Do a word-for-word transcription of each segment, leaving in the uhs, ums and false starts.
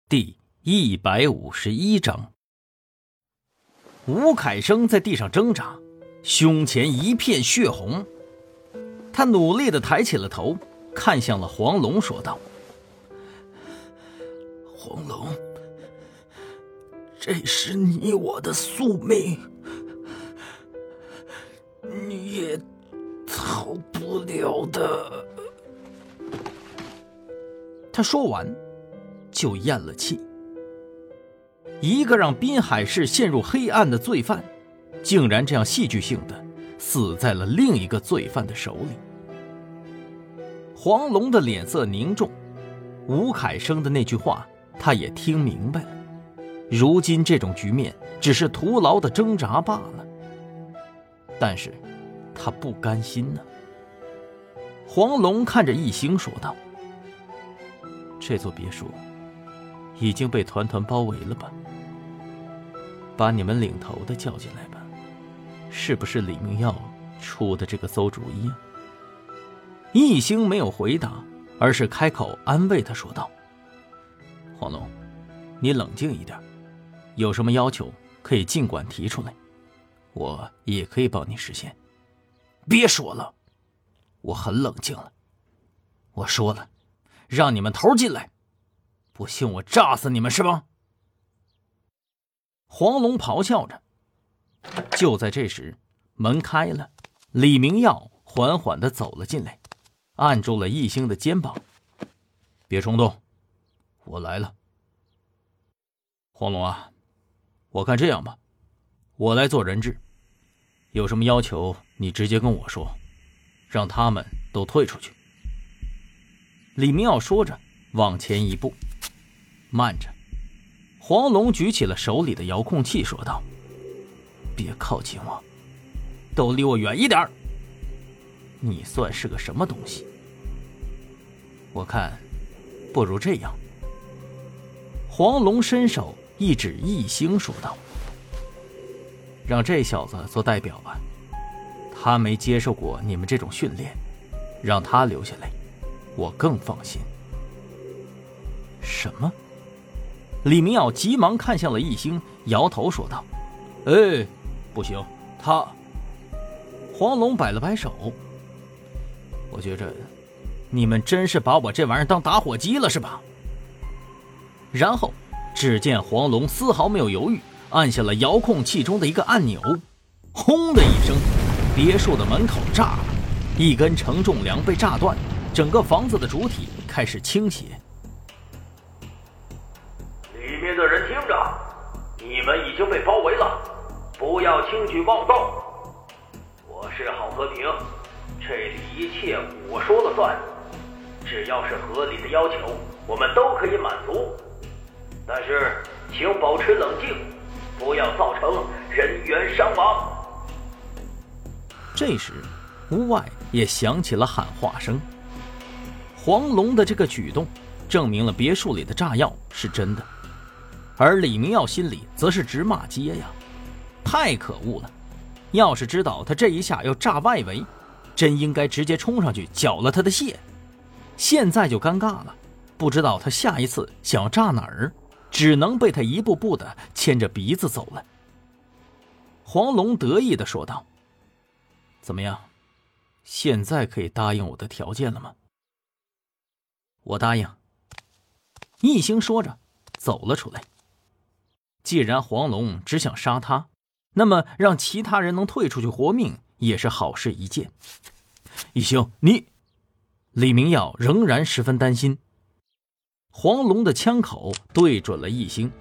第一百五十一章。吴凯生在地上挣扎，胸前一片血红。他努力地抬起了头，看向了黄龙，说道： 黄龙，这是你我的宿命，你也逃不了的。 他说完就咽了气。一个让滨海市陷入黑暗的罪犯，竟然这样戏剧性的死在了另一个罪犯的手里。黄龙的脸色凝重，吴凯生的那句话他也听明白了，如今这种局面只是徒劳的挣扎罢了。但是他不甘心呢。黄龙看着一星说道：这座别墅已经被团团包围了吧？把你们领头的叫进来吧。是不是李明耀出的这个馊主意啊？一星没有回答，而是开口安慰他说道：黄龙，你冷静一点，有什么要求可以尽管提出来，我也可以帮你实现。别说了，我很冷静了。我说了，让你们头进来，不信我炸死你们是吧？黄龙咆哮着。就在这时，门开了，李明耀缓缓地走了进来，按住了一星的肩膀。别冲动，我来了。黄龙啊，我看这样吧，我来做人质，有什么要求你直接跟我说，让他们都退出去。李明耀说着往前一步。慢着，黄龙举起了手里的遥控器说道：别靠近我，都离我远一点。你算是个什么东西？我看不如这样。黄龙伸手一指一星说道：让这小子做代表吧，他没接受过你们这种训练，让他留下来我更放心。什么？李明耀急忙看向了一星，摇头说道：哎，不行，他……黄龙摆了摆手，我觉着你们真是把我这玩意儿当打火机了是吧？然后只见黄龙丝毫没有犹豫，按下了遥控器中的一个按钮，轰的一声，别墅的门口炸了，一根承重梁被炸断，整个房子的主体开始倾斜。 里面的人听着，你们已经被包围了，不要轻举妄动。我是郝和平，这里一切我说了算，只要是合理的要求，我们都可以满足。但是请保持冷静，不要造成人员伤亡。 这时屋外也响起了喊话声。黄龙的这个举动证明了别墅里的炸药是真的，而李明耀心里则是直骂街呀，太可恶了！要是知道他这一下要炸外围，真应该直接冲上去缴了他的械。现在就尴尬了，不知道他下一次想要炸哪儿，只能被他一步步的牵着鼻子走了。黄龙得意地说道：怎么样，现在可以答应我的条件了吗？我答应。一星说着走了出来。既然黄龙只想杀他，那么让其他人能退出去活命也是好事一件。一星，你……李明耀仍然十分担心。黄龙的枪口对准了一星。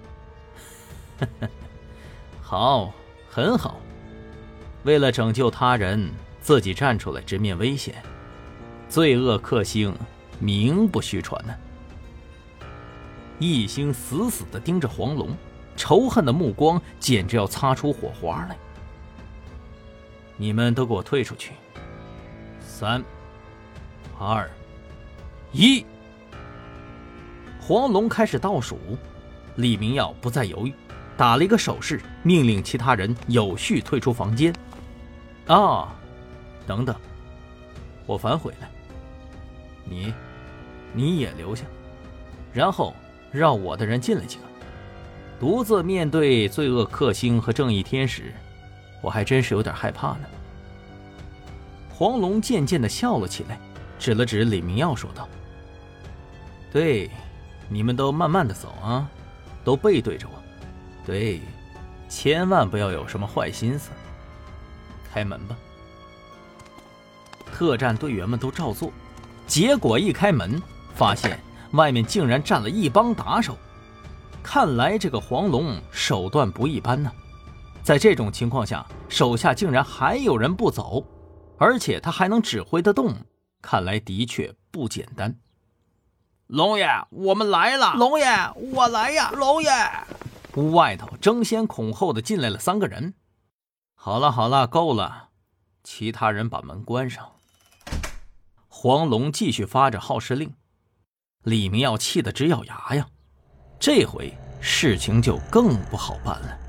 好，很好。为了拯救他人，自己站出来直面危险，罪恶克星，名不虚传呢。一星死死地盯着黄龙，仇恨的目光简直要擦出火花来。你们都给我退出去！三、二、一！黄龙开始倒数，李明耀不再犹豫，打了一个手势，命令其他人有序退出房间。啊，等等，我反悔了，你，你也留下，然后绕我的人进来几个。独自面对罪恶克星和正义天使，我还真是有点害怕呢。黄龙渐渐地笑了起来，指了指李明耀说道：对，你们都慢慢地走啊，都背对着我。对，千万不要有什么坏心思。开门吧。特战队员们都照做，结果一开门，发现外面竟然站了一帮打手。看来这个黄龙手段不一般呢，在这种情况下，手下竟然还有人不走，而且他还能指挥得动，看来的确不简单。 龙爷，我们来了！龙爷，我来呀！龙爷！ 屋外头争先恐后的进来了三个人。好了好了，够了，其他人把门关上。黄龙继续发着号施令，李明耀气得直咬牙呀，这回事情就更不好办了。